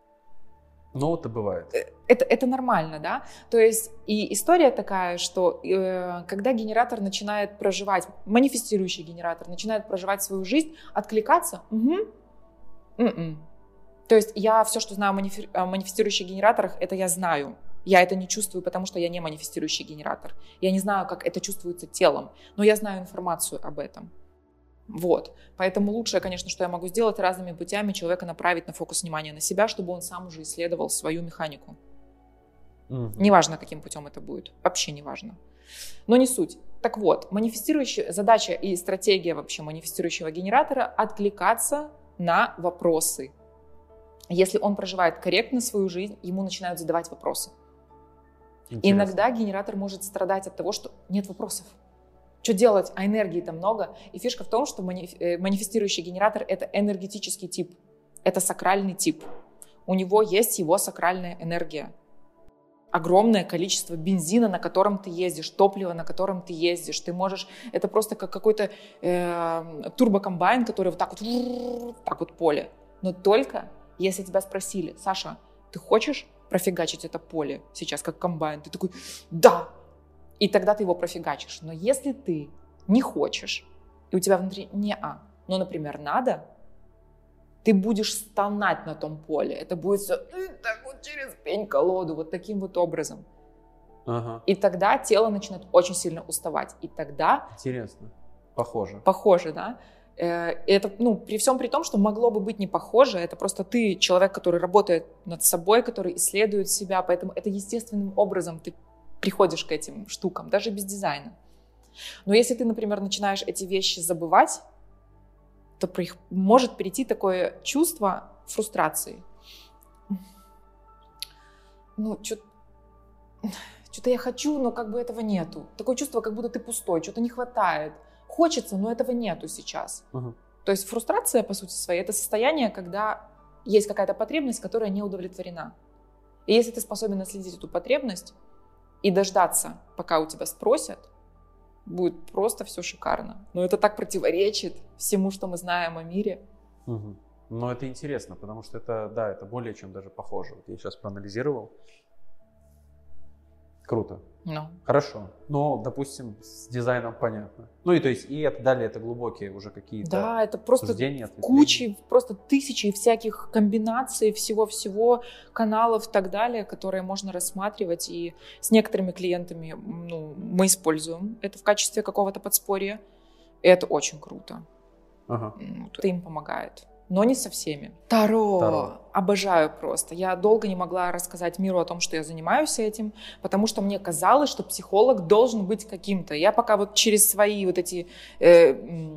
Ну, это бывает. Это, это нормально, да? То есть и история такая, что э, когда генератор начинает проживать, манифестирующий генератор начинает проживать свою жизнь, откликаться, угу, м-м. То есть я все, что знаю о, манифи- о манифестирующих генераторах, это я знаю. Я это не чувствую, потому что я не манифестирующий генератор. Я не знаю, как это чувствуется телом, но я знаю информацию об этом. Вот. Поэтому лучшее, конечно, что я могу сделать, разными путями человека направить на фокус внимания на себя, чтобы он сам уже исследовал свою механику. Угу. Неважно, каким путем это будет. Вообще неважно. Но не суть. Так вот, манифестирующая задача и стратегия вообще манифестирующего генератора — откликаться на вопросы. Если он проживает корректно свою жизнь, ему начинают задавать вопросы. Интересно. Иногда генератор может страдать от того, что нет вопросов. Что делать? А энергии-то много. И фишка в том, что манифестирующий генератор — это энергетический тип. Это сакральный тип. У него есть его сакральная энергия. Огромное количество бензина, на котором ты ездишь, топлива, на котором ты ездишь. Ты можешь... Это просто как какой-то э, турбокомбайн, который вот так вот, так вот поле. Но только если тебя спросили: Саша, ты хочешь профигачить это поле сейчас как комбайн? Ты такой: да! И тогда ты его профигачишь. Но если ты не хочешь, и у тебя внутри не-а, но, например, надо, ты будешь стонать на том поле. Это будет все так вот через пень-колоду, вот таким вот образом. Ага. И тогда тело начинает очень сильно уставать. И тогда... Интересно. Похоже. Похоже, да? Это, ну, при всем при том, что могло бы быть не похоже, это просто ты человек, который работает над собой, который исследует себя, поэтому это естественным образом ты приходишь к этим штукам, даже без дизайна. Но если ты, например, начинаешь эти вещи забывать, то может прийти такое чувство фрустрации. Ну, что-то я хочу, но как бы этого нету. Такое чувство, как будто ты пустой, что-то не хватает. Хочется, но этого нету сейчас. Uh-huh. То есть фрустрация, по сути своей, это состояние, когда есть какая-то потребность, которая не удовлетворена. И если ты способен наследить эту потребность и дождаться, пока у тебя спросят, будет просто все шикарно. Но это так противоречит всему, что мы знаем о мире. Uh-huh. Но это интересно, потому что это, да, это более чем даже похоже. Вот я сейчас проанализировал. Круто. No. Хорошо. Но, допустим, с дизайном понятно. Ну и то есть, и это далее это глубокие уже какие-то да, это просто суждения, кучи, просто тысячи всяких комбинаций, всего-всего, каналов и так далее, которые можно рассматривать. И с некоторыми клиентами, ну, мы используем это в качестве какого-то подспорья. И это очень круто. Ага. Это им помогает. Но не со всеми. Таро. Таро. Обожаю просто. Я долго не могла рассказать миру о том, что я занимаюсь этим, потому что мне казалось, что психолог должен быть каким-то. Я пока вот через свои вот эти э,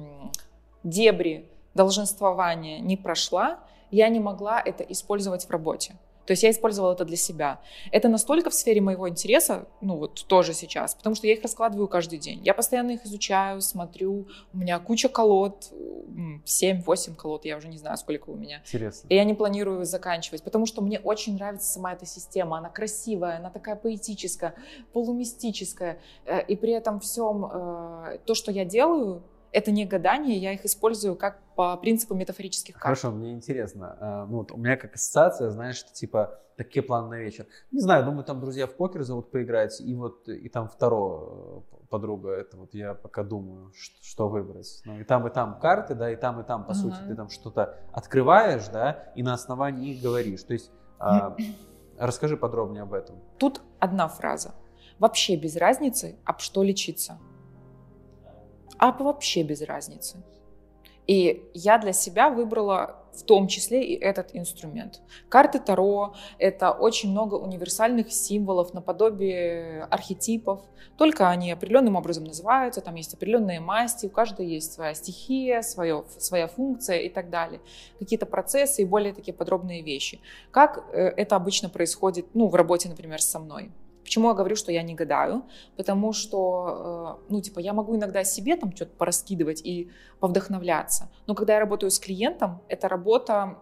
дебри долженствования не прошла, я не могла это использовать в работе. То есть я использовала это для себя. Это настолько в сфере моего интереса, ну вот тоже сейчас, потому что я их раскладываю каждый день. Я постоянно их изучаю, смотрю. У меня куча колод, семь-восемь колод, я уже не знаю, сколько у меня. Интересно. И я не планирую заканчивать, потому что мне очень нравится сама эта система. Она красивая, она такая поэтическая, полумистическая. И при этом всем то, что я делаю, это не гадание, я их использую как по принципу метафорических карт. Хорошо, мне интересно. Ну, вот у меня как ассоциация, знаешь, что типа такие планы на вечер. Не знаю, думаю, там друзья в покер зовут поиграть, и вот и там второго подруга, это вот я пока думаю, что, что выбрать. Ну, и там, и там карты, да, и там, и там, по uh-huh. сути, ты там что-то открываешь, да, и на основании их говоришь. То есть а, расскажи подробнее об этом. Тут одна фраза. Вообще без разницы, об что лечиться. А вообще без разницы. И я для себя выбрала в том числе и этот инструмент. Карты Таро — это очень много универсальных символов наподобие архетипов, только они определенным образом называются, там есть определенные масти, у каждой есть своя стихия, свое, своя функция и так далее. Какие-то процессы и более такие подробные вещи. Как это обычно происходит, ну, в работе, например, со мной. Почему я говорю, что я не гадаю? Потому что, ну, типа, я могу иногда себе там что-то пораскидывать и повдохновляться. Но когда я работаю с клиентом, эта работа,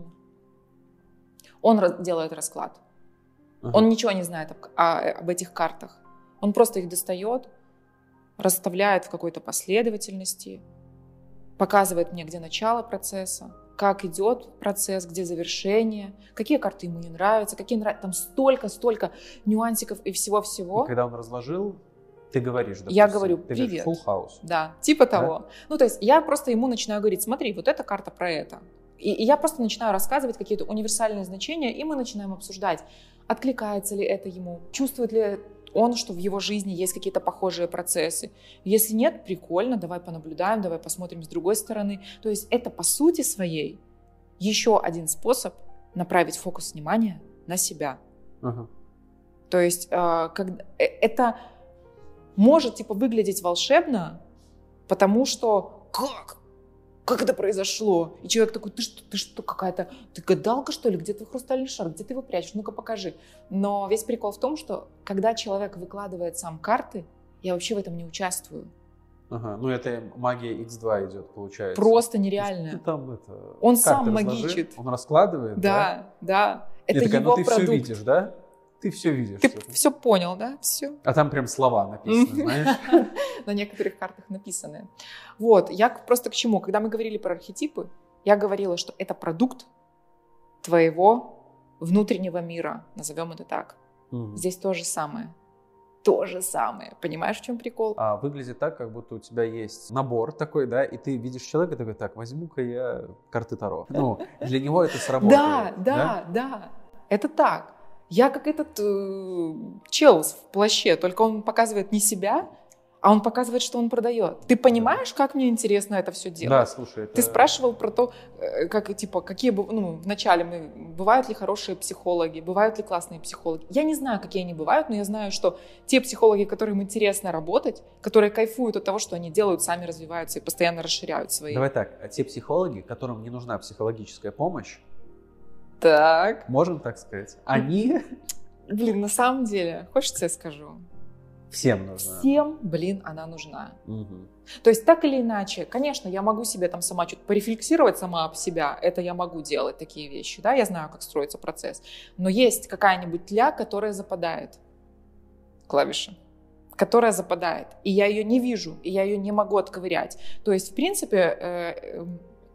он делает расклад. Uh-huh. Он ничего не знает об, об этих картах. Он просто их достает, расставляет в какой-то последовательности, показывает мне, где начало процесса, как идет процесс, где завершение, какие карты ему не нравятся, какие нравятся. Там столько-столько нюансиков и всего-всего. И когда он разложил, ты говоришь, допустим, я говорю, ты привет. Full house. Да, типа да? того. Ну, то есть я просто ему начинаю говорить, смотри, вот эта карта про это. И, и я просто начинаю рассказывать какие-то универсальные значения, и мы начинаем обсуждать, откликается ли это ему, чувствует ли он, что в его жизни есть какие-то похожие процессы. Если нет, прикольно, давай понаблюдаем, давай посмотрим с другой стороны. То есть это по сути своей еще один способ направить фокус внимания на себя. Uh-huh. То есть э, когда, э, это может типа выглядеть волшебно, потому что как? Как это произошло? И человек такой, ты что, ты что, какая-то, ты гадалка, что ли? Где твой хрустальный шар? Где ты его прячешь? Ну-ка покажи. Но весь прикол в том, что когда человек выкладывает сам карты, я вообще в этом не участвую. Ага, ну это магия икс два идет, получается. Просто нереальная. Ну, там это, он сам магичит. Он раскладывает, да? Да, да. Это такая, его ну, ты продукт. все видишь, да? Ты все видишь. Ты все, все понял, да? Все. А там прям слова написаны, знаешь? На некоторых картах написаны. Вот, я просто к чему? Когда мы говорили про архетипы, я говорила, что это продукт твоего внутреннего мира, назовем это так. Mm. Здесь то же самое. То же самое. Понимаешь, в чем прикол? А выглядит так, как будто у тебя есть набор такой, да, и ты видишь человека такой, так, возьму-ка я карты Таро. Ну, для него это сработает. Да, да, да. Это так. Я как этот э, чел в плаще, только он показывает не себя, а он показывает, что он продает. Ты понимаешь, как мне интересно это все делать? Да, слушай. Это... Ты спрашивал про то, как, типа, какие, ну, вначале мы, бывают ли хорошие психологи, бывают ли классные психологи. Я не знаю, какие они бывают, но я знаю, что те психологи, которым интересно работать, которые кайфуют от того, что они делают, сами развиваются и постоянно расширяют свои. Давай так, а те психологи, которым не нужна психологическая помощь, так. Можем так сказать, они... Блин, на самом деле, хочешь, я скажу? Всем нужна. Всем, блин, она нужна. Угу. То есть так или иначе, конечно, я могу себе там сама что-то порефлексировать сама об себя, это я могу делать, такие вещи, да, я знаю, как строится процесс. Но есть какая-нибудь тля, которая западает, клавиша, которая западает, и я ее не вижу, и я ее не могу отковырять. То есть, в принципе, э,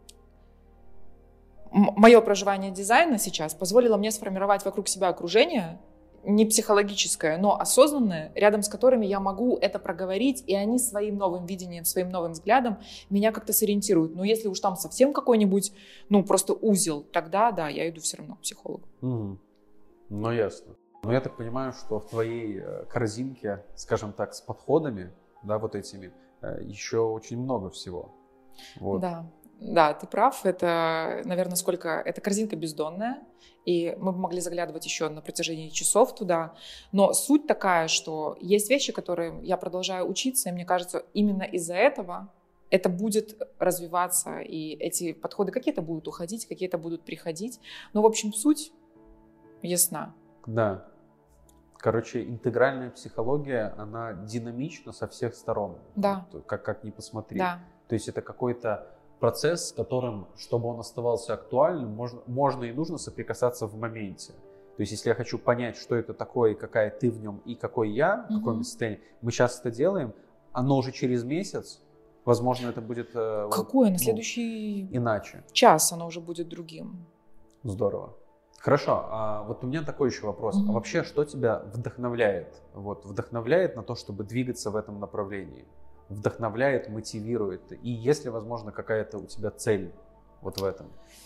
мое проживание дизайна сейчас позволило мне сформировать вокруг себя окружение, не психологическое, но осознанное, рядом с которыми я могу это проговорить, и они своим новым видением, своим новым взглядом меня как-то сориентируют. Но если уж там совсем какой-нибудь, ну, просто узел, тогда, да, я иду все равно к психологу. Угу. Ну, ясно. Но я так понимаю, что в твоей корзинке, скажем так, с подходами, да, вот этими, еще очень много всего. Вот. Да. Да, ты прав, это, наверное, сколько... Это корзинка бездонная, и мы бы могли заглядывать еще на протяжении часов туда, но суть такая, что есть вещи, которые я продолжаю учиться, и мне кажется, именно из-за этого это будет развиваться, и эти подходы какие-то будут уходить, какие-то будут приходить, но, в общем, суть ясна. Да. Короче, интегральная психология, она динамична со всех сторон, да. вот, как, как ни посмотри. Да. То есть это какой-то процесс, с которым, чтобы он оставался актуальным, можно, можно и нужно соприкасаться в моменте. То есть, если я хочу понять, что это такое, какая ты в нем и какой я, в mm-hmm. каком состоянии, мы сейчас это делаем, оно уже через месяц, возможно, это будет... Какое? Вот, на следующий ну, иначе. час оно уже будет другим. Здорово. Хорошо, а вот у меня такой еще вопрос. Mm-hmm. А вообще, что тебя вдохновляет? Вот, вдохновляет на то, чтобы двигаться в этом направлении? Вдохновляет, мотивирует? И есть ли, возможно, какая-то у тебя цель вот в этом?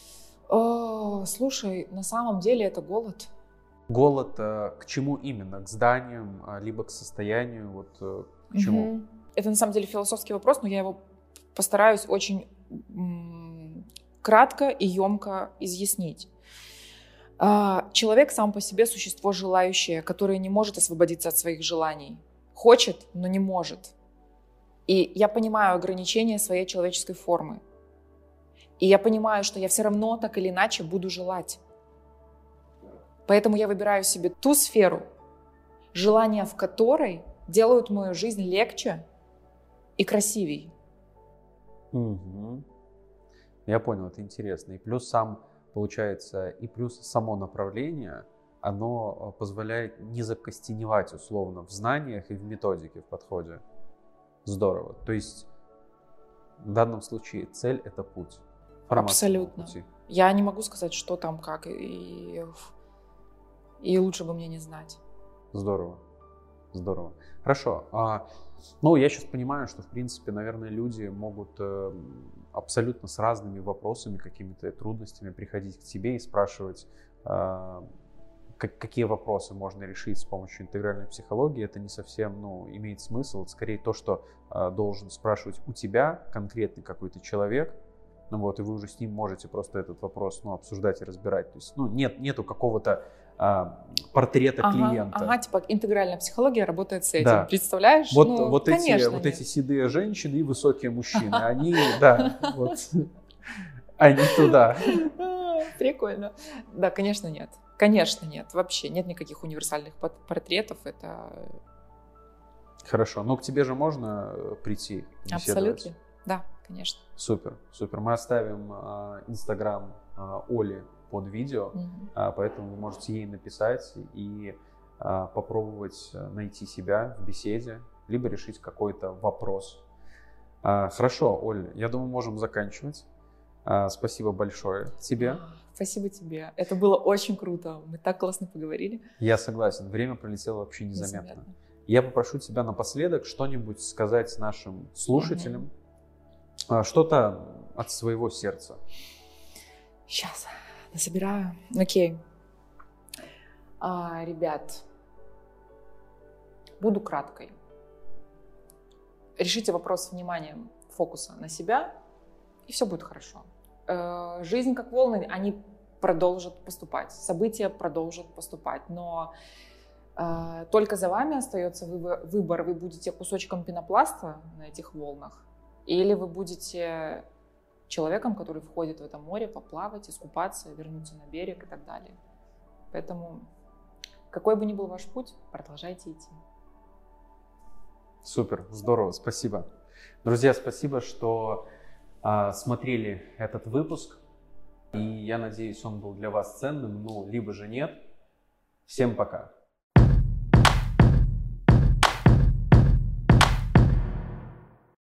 О, слушай, на самом деле это голод. Голод э, к чему именно? К зданиям, либо к состоянию? Вот, э, к чему? Угу. Это на самом деле философский вопрос, но я его постараюсь очень м- кратко и емко изъяснить. А, человек сам по себе существо желающее, которое не может освободиться от своих желаний. Хочет, но не может. И я понимаю ограничения своей человеческой формы. И я понимаю, что я все равно так или иначе буду желать. Поэтому я выбираю себе ту сферу, желания в которой делают мою жизнь легче и красивей. Угу. Я понял, это интересно. И плюс сам, получается, и плюс само направление, оно позволяет не закостеневать условно в знаниях и в методике, в подходе. Здорово. То есть в данном случае цель — это путь. Абсолютно. Пути. Я не могу сказать, что там, как, и, и лучше бы мне не знать. Здорово. Здорово. Хорошо. А, ну, я сейчас понимаю, что, в принципе, наверное, люди могут э, абсолютно с разными вопросами, какими-то трудностями приходить к тебе и спрашивать, э, как, какие вопросы можно решить с помощью интегральной психологии. Это не совсем, ну, имеет смысл. Это скорее то, что э, должен спрашивать у тебя конкретный какой-то человек. Ну вот, и вы уже с ним можете просто этот вопрос, ну, обсуждать и разбирать. То есть, ну, нет, нету какого-то а, портрета ага, клиента. Ага, типа интегральная психология работает с этим. Да. Представляешь? Вот, ну, вот, эти, вот эти седые женщины и высокие мужчины, они, да, вот, они туда. Прикольно. Да, конечно, нет. Конечно, нет. Вообще нет никаких универсальных портретов. Это... Хорошо. Но к тебе же можно прийти, беседовать? Абсолютно. Да, конечно. Супер, супер. Мы оставим инстаграм э, э, Оли под видео, угу. э, поэтому вы можете ей написать и э, попробовать найти себя в беседе, либо решить какой-то вопрос. Э, хорошо, Оль, я думаю, можем заканчивать. Э, спасибо большое тебе. Спасибо тебе. Это было очень круто. Мы так классно поговорили. Я согласен. Время пролетело вообще незаметно. незаметно. Я попрошу тебя напоследок что-нибудь сказать нашим слушателям. Угу. Что-то от своего сердца. Сейчас насобираю. Окей. А, ребят, буду краткой. Решите вопрос вниманием, фокуса на себя, и все будет хорошо. Э, жизнь как волны, они продолжат поступать. События продолжат поступать. Но э, только за вами остается выбор. Вы будете кусочком пенопласта на этих волнах, или вы будете человеком, который входит в это море, поплавать, искупаться, вернуться на берег и так далее. Поэтому, какой бы ни был ваш путь, продолжайте идти. Супер, здорово, спасибо. Друзья, спасибо, что а, смотрели этот выпуск. И я надеюсь, он был для вас ценным, ну, либо же нет. Всем пока.